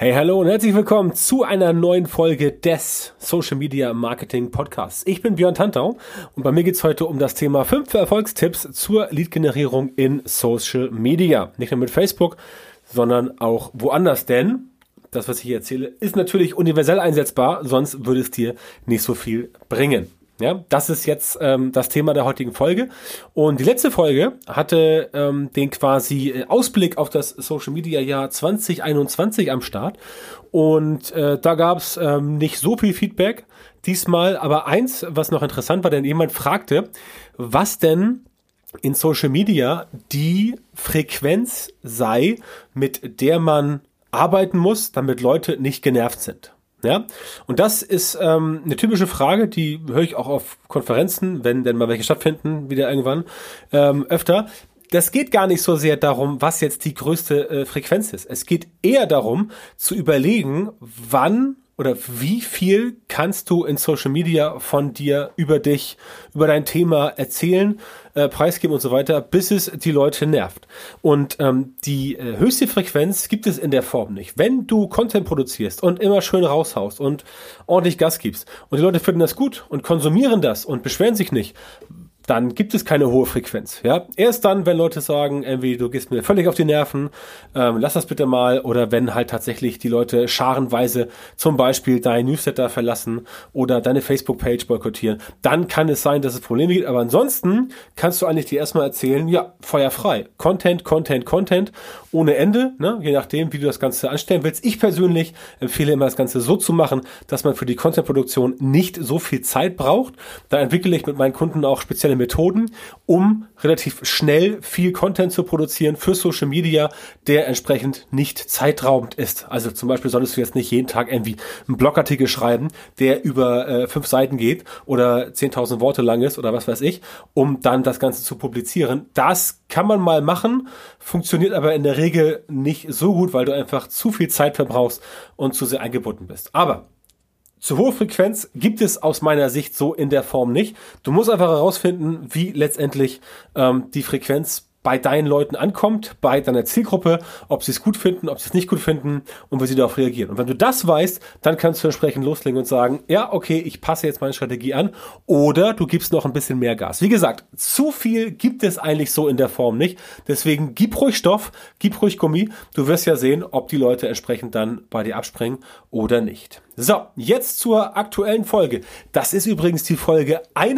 Hey, hallo und herzlich willkommen zu einer neuen Folge des Social Media Marketing Podcasts. Ich bin Björn Tantau und bei mir geht es heute um das Thema 5 Erfolgstipps zur Lead-Generierung in Social Media. Nicht nur mit Facebook, sondern auch woanders, denn das, was ich hier erzähle, ist natürlich universell einsetzbar, sonst würde es dir nicht so viel bringen. Ja, das ist jetzt das Thema der heutigen Folge. Und die letzte Folge hatte den quasi Ausblick auf das Social Media Jahr 2021 am Start. Und da gab es nicht so viel Feedback diesmal, aber eins, was noch interessant war, denn jemand fragte, was denn in Social Media die Frequenz sei, mit der man arbeiten muss, damit Leute nicht genervt sind. Ja, und das ist eine typische Frage, die höre ich auch auf Konferenzen, wenn denn mal welche stattfinden, wieder irgendwann, öfter. Das geht gar nicht so sehr darum, was jetzt die größte Frequenz ist. Es geht eher darum, zu überlegen, wann oder wie viel kannst du in Social Media von dir über dich, über dein Thema erzählen, preisgeben und so weiter, bis es die Leute nervt. Und die höchste Frequenz gibt es in der Form nicht. Wenn du Content produzierst und immer schön raushaust und ordentlich Gas gibst und die Leute finden das gut und konsumieren das und beschweren sich nicht, dann gibt es keine hohe Frequenz. Ja, erst dann, wenn Leute sagen, irgendwie du gehst mir völlig auf die Nerven, lass das bitte mal, oder wenn halt tatsächlich die Leute scharenweise zum Beispiel dein Newsletter verlassen oder deine Facebook-Page boykottieren, dann kann es sein, dass es Probleme gibt. Aber ansonsten kannst du eigentlich dir erstmal erzählen, ja, feuerfrei. Content ohne Ende, ne? Je nachdem, wie du das Ganze anstellen willst. Ich persönlich empfehle immer, das Ganze so zu machen, dass man für die Content-Produktion nicht so viel Zeit braucht. Da entwickle ich mit meinen Kunden auch spezielle Methoden, um relativ schnell viel Content zu produzieren für Social Media, der entsprechend nicht zeitraubend ist. Also zum Beispiel solltest du jetzt nicht jeden Tag irgendwie einen Blogartikel schreiben, der über 5 Seiten geht oder 10.000 Worte lang ist oder was weiß ich, um dann das Ganze zu publizieren. Das kann man mal machen, funktioniert aber in der Regel nicht so gut, weil du einfach zu viel Zeit verbrauchst und zu sehr eingebunden bist. Aber zu hohe Frequenz gibt es aus meiner Sicht so in der Form nicht. Du musst einfach herausfinden, wie letztendlich die Frequenz bei deinen Leuten ankommt, bei deiner Zielgruppe, ob sie es gut finden, ob sie es nicht gut finden und wie sie darauf reagieren. Und wenn du das weißt, dann kannst du entsprechend loslegen und sagen, ja, okay, ich passe jetzt meine Strategie an, oder du gibst noch ein bisschen mehr Gas. Wie gesagt, zu viel gibt es eigentlich so in der Form nicht. Deswegen gib ruhig Stoff, gib ruhig Gummi. Du wirst ja sehen, ob die Leute entsprechend dann bei dir abspringen oder nicht. So, jetzt zur aktuellen Folge. Das ist übrigens die Folge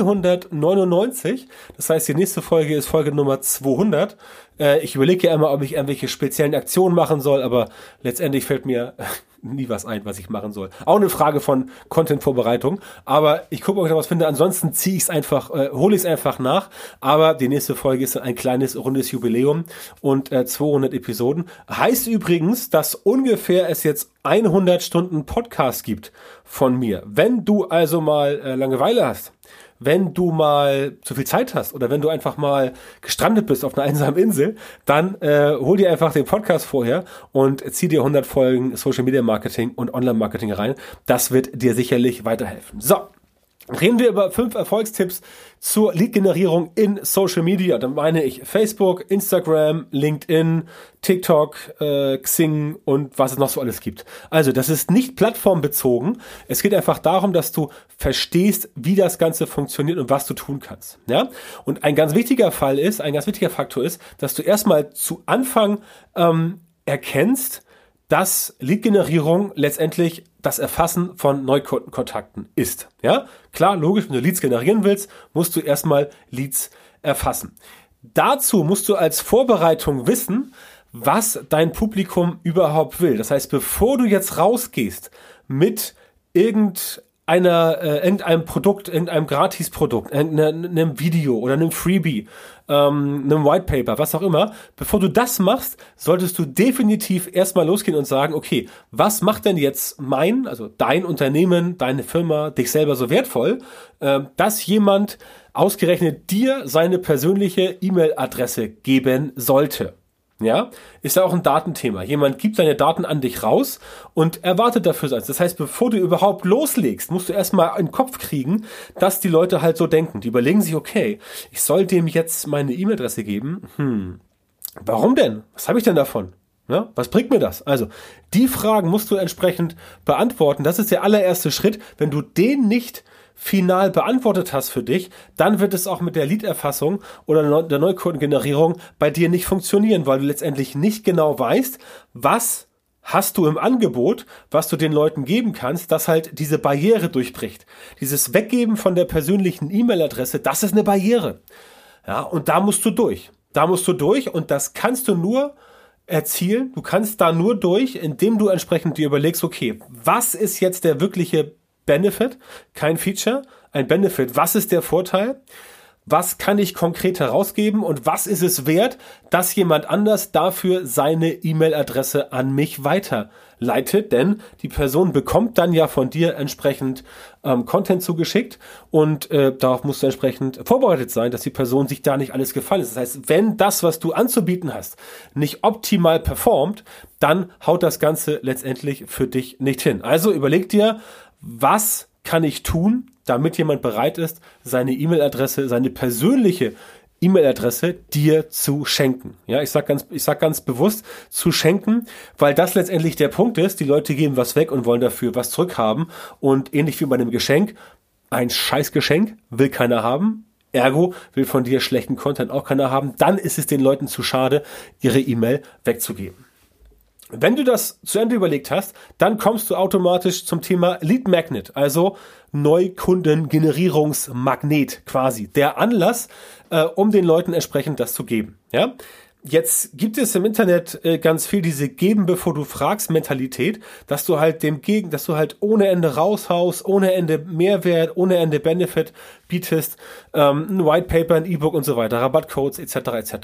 199. Das heißt, die nächste Folge ist Folge Nummer 200. Ich überlege ja immer, ob ich irgendwelche speziellen Aktionen machen soll, aber letztendlich fällt mir nie was ein, was ich machen soll. Auch eine Frage von Content-Vorbereitung. Aber ich gucke, ob ich da was finde. Ansonsten ziehe ich es einfach, hole ich es einfach nach. Aber die nächste Folge ist dann ein kleines, rundes Jubiläum und 200 Episoden. Heißt übrigens, dass ungefähr es jetzt 100 Stunden Podcast gibt von mir. Wenn du also mal Langeweile hast, wenn du mal zu viel Zeit hast oder wenn du einfach mal gestrandet bist auf einer einsamen Insel, dann hol dir einfach den Podcast vorher und zieh dir 100 Folgen Social Media Marketing und Online Marketing rein. Das wird dir sicherlich weiterhelfen. So, reden wir über 5 Erfolgstipps zur Lead-Generierung in Social Media. Dann meine ich Facebook, Instagram, LinkedIn, TikTok, Xing und was es noch so alles gibt. Also das ist nicht plattformbezogen. Es geht einfach darum, dass du verstehst, wie das Ganze funktioniert und was du tun kannst. Ja? Und ein ganz wichtiger Faktor ist, dass du erstmal zu Anfang erkennst, dass Lead-Generierung letztendlich das Erfassen von Neukundenkontakten ist. Ja, klar, logisch, wenn du Leads generieren willst, musst du erstmal Leads erfassen. Dazu musst du als Vorbereitung wissen, was dein Publikum überhaupt will. Das heißt, bevor du jetzt rausgehst mit irgendeinem Produkt, irgendeinem Gratisprodukt, einem Video oder einem Freebie, einem White Paper, was auch immer, bevor du das machst, solltest du definitiv erstmal losgehen und sagen, okay, was macht denn jetzt also dein Unternehmen, deine Firma, dich selber so wertvoll, dass jemand ausgerechnet dir seine persönliche E-Mail-Adresse geben sollte. Ja, ist ja auch ein Datenthema. Jemand gibt seine Daten an dich raus und erwartet dafür eins. Das heißt, bevor du überhaupt loslegst, musst du erstmal in den Kopf kriegen, dass die Leute halt so denken. Die überlegen sich, okay, ich soll dem jetzt meine E-Mail-Adresse geben. Warum denn? Was habe ich denn davon? Ja, was bringt mir das? Also, die Fragen musst du entsprechend beantworten. Das ist der allererste Schritt. Wenn du den nicht final beantwortet hast für dich, dann wird es auch mit der Lead-Erfassung oder der Neukundengenerierung bei dir nicht funktionieren, weil du letztendlich nicht genau weißt, was hast du im Angebot, was du den Leuten geben kannst, das halt diese Barriere durchbricht. Dieses Weggeben von der persönlichen E-Mail-Adresse, das ist eine Barriere. Ja, und da musst du durch. Da musst du durch und das kannst du nur erzielen. Du kannst da nur durch, indem du entsprechend dir überlegst, okay, was ist jetzt der wirkliche Benefit? Kein Feature, ein Benefit. Was ist der Vorteil? Was kann ich konkret herausgeben und was ist es wert, dass jemand anders dafür seine E-Mail-Adresse an mich weiterleitet? Denn die Person bekommt dann ja von dir entsprechend Content zugeschickt und darauf musst du entsprechend vorbereitet sein, dass die Person sich da nicht alles gefallen ist. Das heißt, wenn das, was du anzubieten hast, nicht optimal performt, dann haut das Ganze letztendlich für dich nicht hin. Also überleg dir, was kann ich tun, damit jemand bereit ist, seine E-Mail-Adresse, seine persönliche E-Mail-Adresse dir zu schenken. Ja, ich sag ganz bewusst zu schenken, weil das letztendlich der Punkt ist. Die Leute geben was weg und wollen dafür was zurückhaben. Und ähnlich wie bei einem Geschenk, ein Scheißgeschenk will keiner haben. Ergo will von dir schlechten Content auch keiner haben. Dann ist es den Leuten zu schade, ihre E-Mail wegzugeben. Wenn du das zu Ende überlegt hast, dann kommst du automatisch zum Thema Lead Magnet, also Neukundengenerierungsmagnet quasi. Der Anlass, um den Leuten entsprechend das zu geben. Ja? Jetzt gibt es im Internet ganz viel diese Geben, bevor du fragst Mentalität, dass du halt ohne Ende raushaust, ohne Ende Mehrwert, ohne Ende Benefit bietest, ein White Paper, ein E-Book und so weiter, Rabattcodes etc. etc.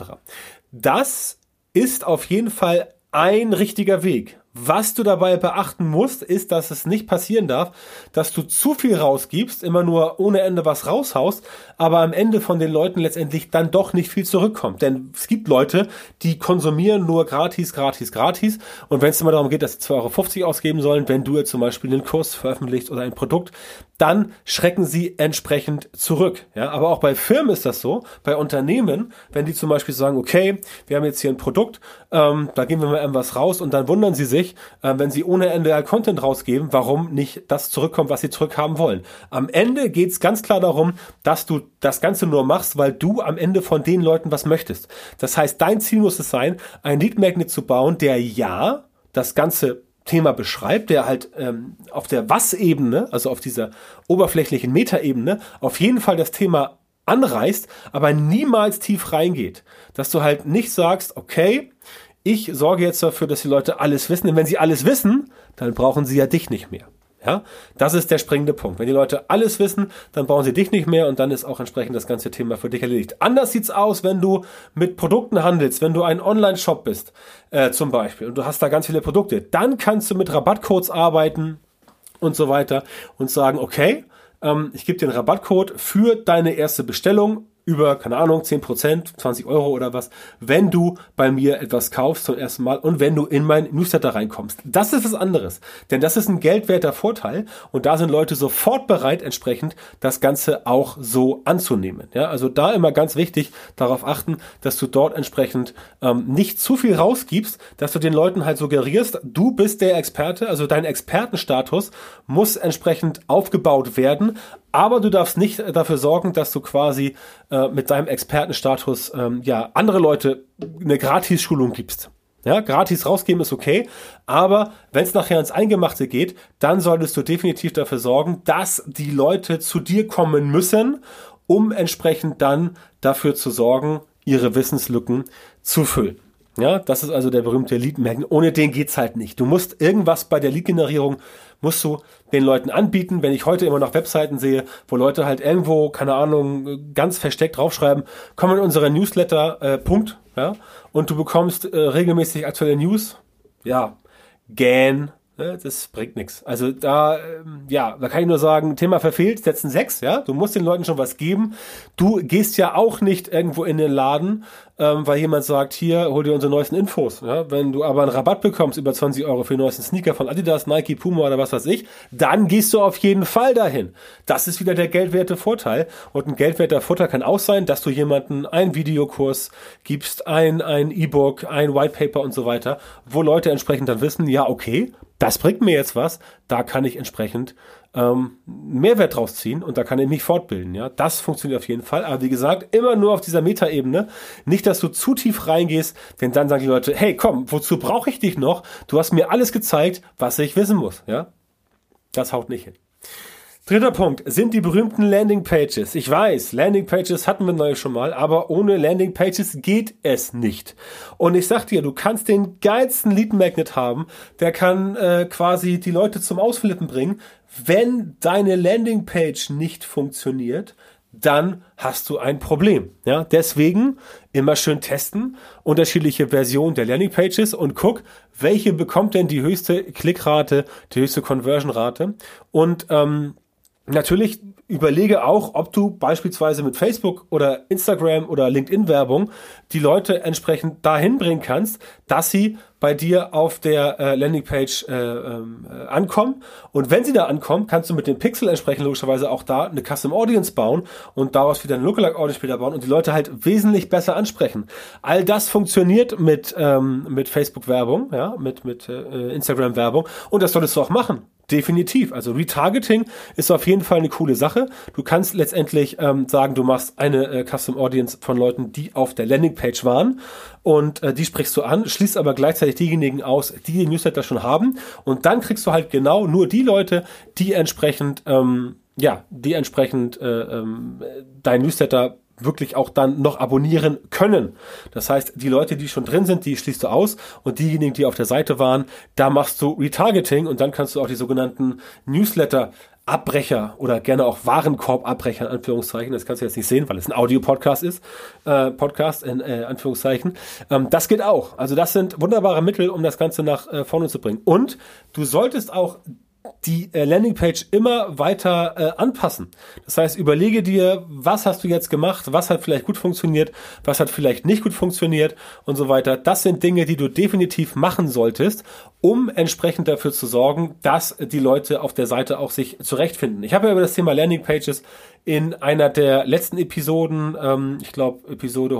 Das ist auf jeden Fall ein richtiger Weg. Was du dabei beachten musst, ist, dass es nicht passieren darf, dass du zu viel rausgibst, immer nur ohne Ende was raushaust, aber am Ende von den Leuten letztendlich dann doch nicht viel zurückkommt. Denn es gibt Leute, die konsumieren nur gratis. Und wenn es immer darum geht, dass sie 2,50 € ausgeben sollen, wenn du jetzt zum Beispiel einen Kurs veröffentlichst oder ein Produkt, dann schrecken sie entsprechend zurück. Ja, aber auch bei Firmen ist das so, bei Unternehmen, wenn die zum Beispiel sagen, okay, wir haben jetzt hier ein Produkt, da geben wir mal irgendwas raus und dann wundern sie sich, wenn sie ohne Ende Content rausgeben, warum nicht das zurückkommt, was sie zurückhaben wollen. Am Ende geht es ganz klar darum, dass du das Ganze nur machst, weil du am Ende von den Leuten was möchtest. Das heißt, dein Ziel muss es sein, ein Lead Magnet zu bauen, der ja das ganze Thema beschreibt, der halt auf der Was-Ebene, also auf dieser oberflächlichen Metaebene, auf jeden Fall das Thema anreißt, aber niemals tief reingeht. Dass du halt nicht sagst, okay, ich sorge jetzt dafür, dass die Leute alles wissen, denn wenn sie alles wissen, dann brauchen sie ja dich nicht mehr. Ja, das ist der springende Punkt. Wenn die Leute alles wissen, dann brauchen sie dich nicht mehr und dann ist auch entsprechend das ganze Thema für dich erledigt. Anders sieht's aus, wenn du mit Produkten handelst, wenn du ein Online-Shop bist, zum Beispiel, und du hast da ganz viele Produkte, dann kannst du mit Rabattcodes arbeiten und so weiter und sagen, okay, ich gebe dir einen Rabattcode für deine erste Bestellung über, keine Ahnung, 10%, 20 € oder was, wenn du bei mir etwas kaufst zum ersten Mal und wenn du in mein Newsletter reinkommst. Das ist was anderes, denn das ist ein geldwerter Vorteil und da sind Leute sofort bereit, entsprechend das Ganze auch so anzunehmen. Ja, also da immer ganz wichtig, darauf achten, dass du dort entsprechend nicht zu viel rausgibst, dass du den Leuten halt suggerierst, du bist der Experte, also dein Expertenstatus muss entsprechend aufgebaut werden, aber du darfst nicht dafür sorgen, dass du quasi mit deinem Expertenstatus andere Leute eine Gratis-Schulung gibst. Ja, gratis rausgeben ist okay, aber wenn es nachher ins Eingemachte geht, dann solltest du definitiv dafür sorgen, dass die Leute zu dir kommen müssen, um entsprechend dann dafür zu sorgen, ihre Wissenslücken zu füllen. Ja, das ist also der berühmte Lead Magnet. Ohne den geht's halt nicht. Du musst irgendwas bei der Lead-Generierung musst du den Leuten anbieten. Wenn ich heute immer noch Webseiten sehe, wo Leute halt irgendwo, keine Ahnung, ganz versteckt draufschreiben, komm in unsere Newsletter, Punkt, ja, und du bekommst regelmäßig aktuelle News, ja, gähn, Das bringt nichts. Also da kann ich nur sagen, Thema verfehlt, setzen 6, ja. Du musst den Leuten schon was geben. Du gehst ja auch nicht irgendwo in den Laden, weil jemand sagt, hier, hol dir unsere neuesten Infos. Ja? Wenn du aber einen Rabatt bekommst über 20 Euro für die neuesten Sneaker von Adidas, Nike, Puma oder was weiß ich, dann gehst du auf jeden Fall dahin. Das ist wieder der geldwerte Vorteil. Und ein geldwerter Vorteil kann auch sein, dass du jemanden einen Videokurs gibst, ein E-Book, ein Whitepaper und so weiter, wo Leute entsprechend dann wissen, ja, okay, das bringt mir jetzt was, da kann ich entsprechend Mehrwert draus ziehen und da kann ich mich fortbilden. Ja, das funktioniert auf jeden Fall. Aber wie gesagt, immer nur auf dieser Metaebene. Nicht, dass du zu tief reingehst, denn dann sagen die Leute, hey, komm, wozu brauche ich dich noch? Du hast mir alles gezeigt, was ich wissen muss. Ja, das haut nicht hin. Dritter Punkt sind die berühmten Landingpages. Ich weiß, Landingpages hatten wir neulich schon mal, aber ohne Landingpages geht es nicht. Und ich sag dir, du kannst den geilsten Lead Magnet haben, der kann quasi die Leute zum Ausflippen bringen. Wenn deine Landingpage nicht funktioniert, dann hast du ein Problem. Ja, deswegen immer schön testen, unterschiedliche Versionen der Landingpages und guck, welche bekommt denn die höchste Klickrate, die höchste Conversion-Rate und natürlich überlege auch, ob du beispielsweise mit Facebook oder Instagram oder LinkedIn-Werbung die Leute entsprechend dahin bringen kannst, dass sie bei dir auf der Landingpage ankommen. Und wenn sie da ankommen, kannst du mit dem Pixel entsprechend logischerweise auch da eine Custom Audience bauen und daraus wieder eine Lookalike Audience später bauen und die Leute halt wesentlich besser ansprechen. All das funktioniert mit Facebook-Werbung, ja, mit Instagram-Werbung und das solltest du auch machen. Definitiv. Also Retargeting ist auf jeden Fall eine coole Sache. Du kannst letztendlich sagen, du machst eine Custom Audience von Leuten, die auf der Landingpage waren und die sprichst du an, schließt aber gleichzeitig diejenigen aus, die den Newsletter schon haben und dann kriegst du halt genau nur die Leute, die entsprechend dein Newsletter wirklich auch dann noch abonnieren können. Das heißt, die Leute, die schon drin sind, die schließt du aus und diejenigen, die auf der Seite waren, da machst du Retargeting und dann kannst du auch die sogenannten Newsletter-Abbrecher oder gerne auch Warenkorb-Abbrecher in Anführungszeichen, das kannst du jetzt nicht sehen, weil es ein Audio-Podcast ist, Podcast in Anführungszeichen, das geht auch. Also das sind wunderbare Mittel, um das Ganze nach vorne zu bringen. Und du solltest auch die Landingpage immer weiter anpassen. Das heißt, überlege dir, was hast du jetzt gemacht, was hat vielleicht gut funktioniert, was hat vielleicht nicht gut funktioniert und so weiter. Das sind Dinge, die du definitiv machen solltest, um entsprechend dafür zu sorgen, dass die Leute auf der Seite auch sich zurechtfinden. Ich habe ja über das Thema Landingpages in einer der letzten Episoden, ich glaube Episode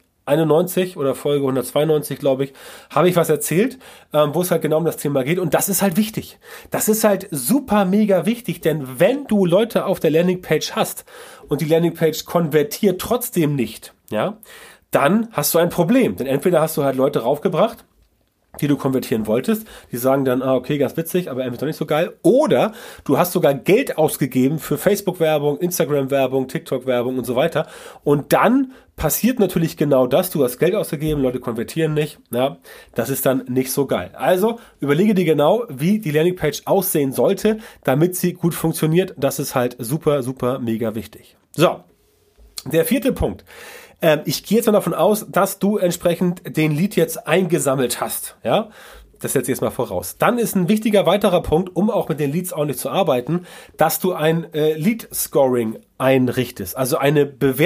191 oder Folge 192, glaube ich, habe ich was erzählt, wo es halt genau um das Thema geht. Und das ist halt wichtig. Das ist halt super mega wichtig, denn wenn du Leute auf der Landingpage hast und die Landingpage konvertiert trotzdem nicht, ja, dann hast du ein Problem. Denn entweder hast du halt Leute raufgebracht, die du konvertieren wolltest, die sagen dann, okay, ganz witzig, aber irgendwie doch nicht so geil. Oder du hast sogar Geld ausgegeben für Facebook-Werbung, Instagram-Werbung, TikTok-Werbung und so weiter. Und dann passiert natürlich genau das. Du hast Geld ausgegeben, Leute konvertieren nicht. Ja, das ist dann nicht so geil. Also überlege dir genau, wie die Landingpage aussehen sollte, damit sie gut funktioniert. Das ist halt super, super mega wichtig. So, der vierte Punkt. Ich gehe jetzt mal davon aus, dass du entsprechend den Lead jetzt eingesammelt hast. Ja, das setze ich jetzt mal voraus. Dann ist ein wichtiger weiterer Punkt, um auch mit den Leads ordentlich zu arbeiten, dass du ein Lead-Scoring einrichtest. Also ein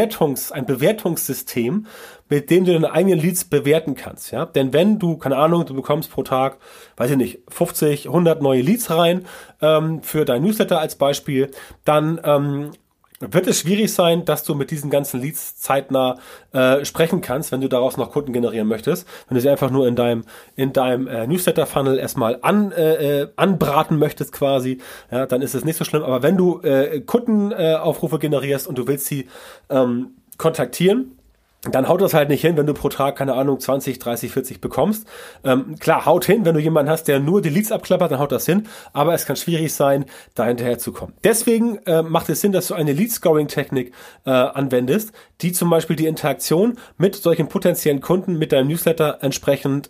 Bewertungssystem, mit dem du deine eigenen Leads bewerten kannst. Ja, denn wenn du, keine Ahnung, du bekommst pro Tag, weiß ich nicht, 50, 100 neue Leads rein für dein Newsletter als Beispiel, dann wird es schwierig sein, dass du mit diesen ganzen Leads zeitnah sprechen kannst, wenn du daraus noch Kunden generieren möchtest. Wenn du sie einfach nur in deinem Newsletter-Funnel erstmal anbraten möchtest quasi, ja, dann ist es nicht so schlimm. Aber wenn du Kundenaufrufe generierst und du willst sie kontaktieren, dann haut das halt nicht hin, wenn du pro Tag, keine Ahnung, 20, 30, 40 bekommst. Klar, haut hin, wenn du jemanden hast, der nur die Leads abklappert, dann haut das hin. Aber es kann schwierig sein, da hinterher zu kommen. Deswegen macht es Sinn, dass du eine Lead-Scoring-Technik anwendest, die zum Beispiel die Interaktion mit solchen potenziellen Kunden mit deinem Newsletter entsprechend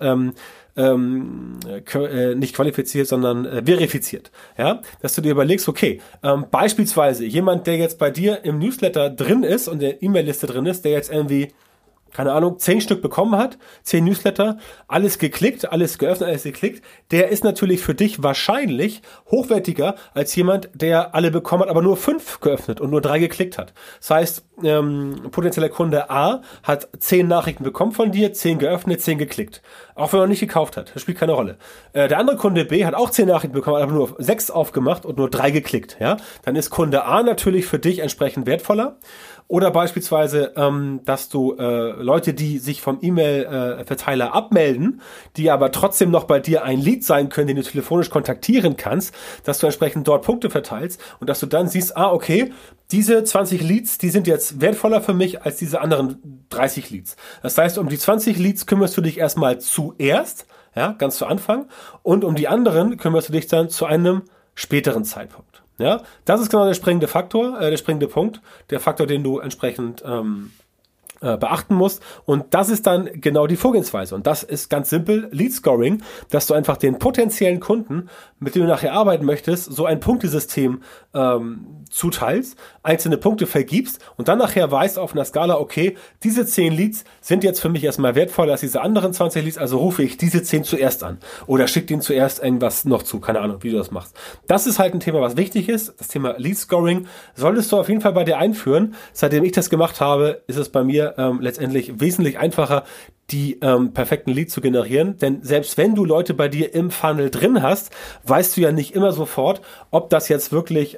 nicht qualifiziert, sondern verifiziert. Ja, dass du dir überlegst, okay, beispielsweise jemand, der jetzt bei dir im Newsletter drin ist und der E-Mail-Liste drin ist, der jetzt irgendwie keine Ahnung, 10 Stück bekommen hat, 10 Newsletter, alles geklickt, alles geöffnet, alles geklickt, der ist natürlich für dich wahrscheinlich hochwertiger als jemand, der alle bekommen hat, aber nur 5 geöffnet und nur 3 geklickt hat. Das heißt, potenzieller Kunde A hat 10 Nachrichten bekommen von dir, 10 geöffnet, 10 geklickt. Auch wenn er nicht gekauft hat, das spielt keine Rolle. Der andere Kunde B hat auch 10 Nachrichten bekommen, aber nur 6 aufgemacht und nur 3 geklickt. Ja? Dann ist Kunde A natürlich für dich entsprechend wertvoller. Oder beispielsweise, dass du Leute, die sich vom E-Mail-Verteiler abmelden, die aber trotzdem noch bei dir ein Lead sein können, den du telefonisch kontaktieren kannst, dass du entsprechend dort Punkte verteilst und dass du dann siehst, okay, diese 20 Leads, die sind jetzt wertvoller für mich als diese anderen 30 Leads. Das heißt, um die 20 Leads kümmerst du dich erstmal zuerst, ja, ganz zu Anfang, und um die anderen kümmerst du dich dann zu einem späteren Zeitpunkt. Ja, das ist genau der springende Faktor, der springende Punkt, der Faktor, den du entsprechend beachten musst. Und das ist dann genau die Vorgehensweise. Und das ist ganz simpel Lead Scoring, dass du einfach den potenziellen Kunden, mit dem du nachher arbeiten möchtest, so ein Punktesystem zuteilst, einzelne Punkte vergibst und dann nachher weißt auf einer Skala, okay, diese 10 Leads sind jetzt für mich erstmal wertvoller als diese anderen 20 Leads, also rufe ich diese 10 zuerst an oder schick denen zuerst irgendwas noch zu, keine Ahnung, wie du das machst. Das ist halt ein Thema, was wichtig ist, das Thema Lead Scoring solltest du auf jeden Fall bei dir einführen. Seitdem ich das gemacht habe, ist es bei mir letztendlich wesentlich einfacher, die perfekten Leads zu generieren, denn selbst wenn du Leute bei dir im Funnel drin hast, weißt du ja nicht immer sofort, ob das jetzt wirklich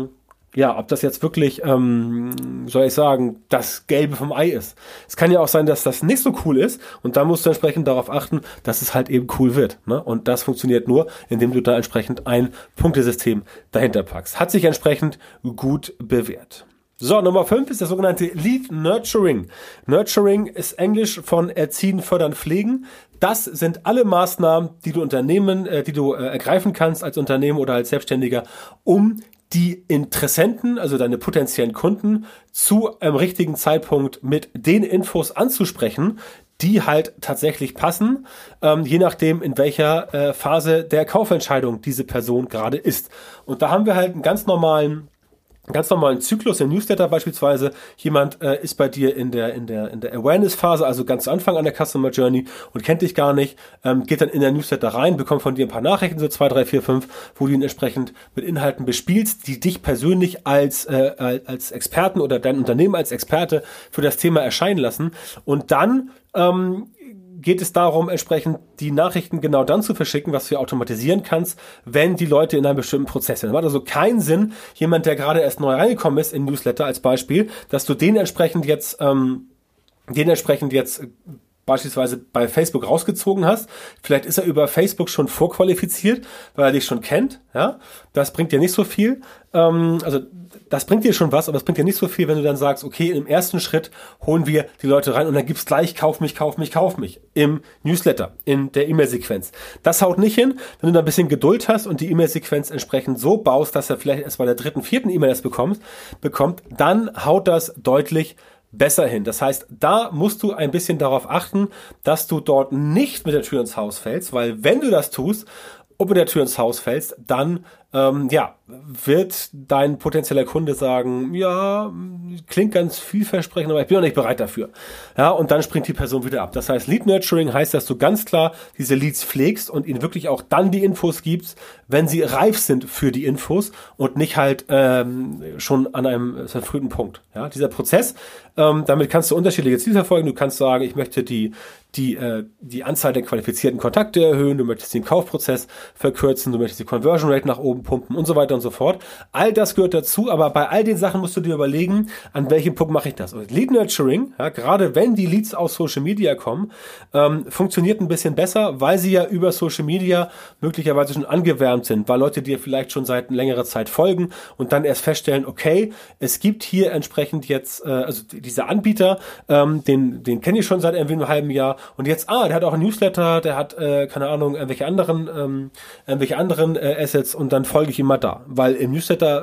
soll ich sagen, das Gelbe vom Ei ist. Es kann ja auch sein, dass das nicht so cool ist und da musst du entsprechend darauf achten, dass es halt eben cool wird. Ne? Und das funktioniert nur, indem du da entsprechend ein Punktesystem dahinter packst. Hat sich entsprechend gut bewährt. So, Nummer 5 ist das sogenannte Lead Nurturing. Nurturing ist Englisch von erziehen, fördern, pflegen. Das sind alle Maßnahmen, die du ergreifen kannst als Unternehmen oder als Selbstständiger, um die Interessenten, also deine potenziellen Kunden, zu einem richtigen Zeitpunkt mit den Infos anzusprechen, die halt tatsächlich passen, je nachdem, in welcher Phase der Kaufentscheidung diese Person gerade ist. Und da haben wir halt einen ganz normalen Zyklus im Newsletter beispielsweise. Jemand ist bei dir in der Awareness-Phase, also ganz zu Anfang an der Customer Journey und kennt dich gar nicht, geht dann in der Newsletter rein, bekommt von dir ein paar Nachrichten, so 2, 3, 4, 5, wo du ihn entsprechend mit Inhalten bespielst, die dich persönlich als Experten oder dein Unternehmen als Experte für das Thema erscheinen lassen. Und dann geht es darum, entsprechend die Nachrichten genau dann zu verschicken, was du automatisieren kannst, wenn die Leute in einem bestimmten Prozess sind. Das macht also keinen Sinn, jemand, der gerade erst neu reingekommen ist in Newsletter als Beispiel, dass du den entsprechend jetzt beispielsweise bei Facebook rausgezogen hast. Vielleicht ist er über Facebook schon vorqualifiziert, weil er dich schon kennt. Ja, das bringt dir nicht so viel. Also das bringt dir schon was, aber das bringt dir nicht so viel, wenn du dann sagst, okay, im ersten Schritt holen wir die Leute rein und dann gibt's gleich kauf mich im Newsletter, in der E-Mail-Sequenz. Das haut nicht hin, wenn du da ein bisschen Geduld hast und die E-Mail-Sequenz entsprechend so baust, dass er vielleicht erst bei der 3., 4. E-Mail das bekommt, dann haut das deutlich besser hin. Das heißt, da musst du ein bisschen darauf achten, dass du dort nicht mit der Tür ins Haus fällst, weil wenn du das tust und mit der Tür ins Haus fällst, dann wird dein potenzieller Kunde sagen, ja, klingt ganz vielversprechend, aber ich bin noch nicht bereit dafür. Ja, und dann springt die Person wieder ab. Das heißt, Lead Nurturing heißt, dass du ganz klar diese Leads pflegst und ihnen wirklich auch dann die Infos gibst, wenn sie reif sind für die Infos und nicht halt schon an einem verfrühten Punkt. Ja, dieser Prozess, damit kannst du unterschiedliche Ziele verfolgen. Du kannst sagen, ich möchte die Anzahl der qualifizierten Kontakte erhöhen, du möchtest den Kaufprozess verkürzen, du möchtest die Conversion Rate nach oben pumpen und so weiter und so fort. All das gehört dazu, aber bei all den Sachen musst du dir überlegen, an welchem Punkt mache ich das. Und Lead Nurturing, ja, gerade wenn die Leads aus Social Media kommen, funktioniert ein bisschen besser, weil sie ja über Social Media möglicherweise schon angewärmt sind, weil Leute dir vielleicht schon seit längerer Zeit folgen und dann erst feststellen, okay, es gibt hier entsprechend jetzt, also dieser Anbieter, den kenne ich schon seit irgendwie einem halben Jahr und jetzt, der hat auch einen Newsletter, der hat, keine Ahnung, irgendwelche anderen Assets und dann folge ich ihm mal da, weil im Newsletter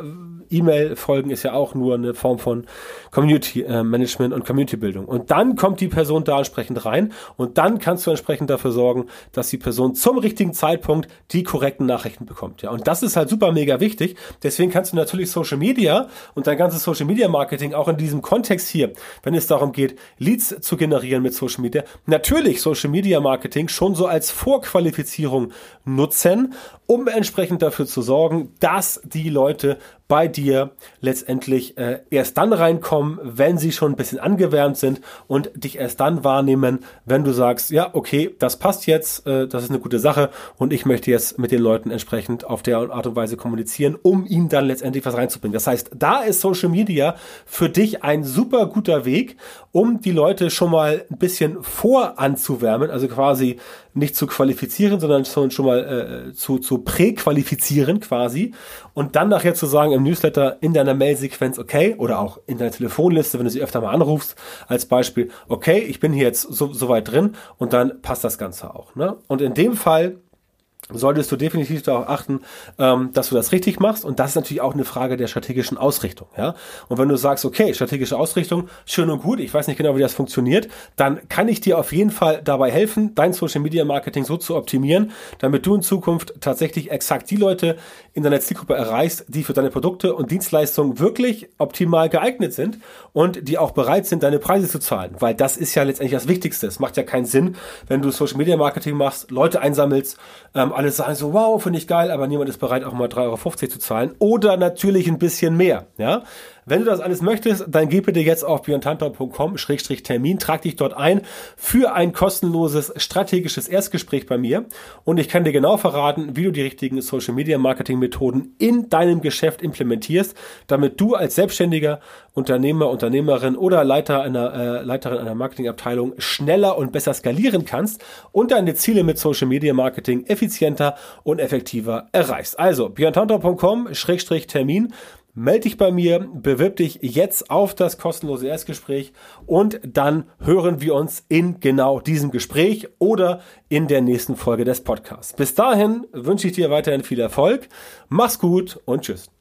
E-Mail-Folgen ist ja auch nur eine Form von Community-Management und Community-Bildung. Und dann kommt die Person da entsprechend rein und dann kannst du entsprechend dafür sorgen, dass die Person zum richtigen Zeitpunkt die korrekten Nachrichten bekommt. Ja, und das ist halt super mega wichtig. Deswegen kannst du natürlich Social Media und dein ganzes Social Media Marketing auch in diesem Kontext hier, wenn es darum geht, Leads zu generieren mit Social Media, natürlich Social Media Marketing schon so als Vorqualifizierung nutzen, um entsprechend dafür zu sorgen, dass die Leute bei dir letztendlich erst dann reinkommen, wenn sie schon ein bisschen angewärmt sind und dich erst dann wahrnehmen, wenn du sagst, ja, okay, das passt jetzt, das ist eine gute Sache und ich möchte jetzt mit den Leuten entsprechend auf der Art und Weise kommunizieren, um ihnen dann letztendlich was reinzubringen. Das heißt, da ist Social Media für dich ein super guter Weg, um die Leute schon mal ein bisschen voranzuwärmen, also quasi nicht zu qualifizieren, sondern schon mal zu präqualifizieren quasi und dann nachher zu sagen im Newsletter, in deiner Mail-Sequenz, okay, oder auch in deiner Telefonliste, wenn du sie öfter mal anrufst, als Beispiel, okay, ich bin hier jetzt so weit drin und dann passt das Ganze auch. Ne? Und in dem Fall solltest du definitiv darauf achten, dass du das richtig machst und das ist natürlich auch eine Frage der strategischen Ausrichtung. Ja? Und wenn du sagst, okay, strategische Ausrichtung, schön und gut, ich weiß nicht genau, wie das funktioniert, dann kann ich dir auf jeden Fall dabei helfen, dein Social Media Marketing so zu optimieren, damit du in Zukunft tatsächlich exakt die Leute in deiner Zielgruppe erreichst, die für deine Produkte und Dienstleistungen wirklich optimal geeignet sind und die auch bereit sind, deine Preise zu zahlen, weil das ist ja letztendlich das Wichtigste. Es macht ja keinen Sinn, wenn du Social Media Marketing machst, Leute einsammelst, alle sagen so, wow, finde ich geil, aber niemand ist bereit, auch mal 3,50 € zu zahlen. Oder natürlich ein bisschen mehr, ja. Wenn du das alles möchtest, dann geh bitte jetzt auf björntantau.com/Termin, trag dich dort ein für ein kostenloses strategisches Erstgespräch bei mir und ich kann dir genau verraten, wie du die richtigen Social Media Marketing Methoden in deinem Geschäft implementierst, damit du als selbstständiger Unternehmer, Unternehmerin oder Leiterin einer Marketingabteilung schneller und besser skalieren kannst und deine Ziele mit Social Media Marketing effizienter und effektiver erreichst. Also björntantau.com/Termin. Meld dich bei mir, bewirb dich jetzt auf das kostenlose Erstgespräch und dann hören wir uns in genau diesem Gespräch oder in der nächsten Folge des Podcasts. Bis dahin wünsche ich dir weiterhin viel Erfolg, mach's gut und tschüss.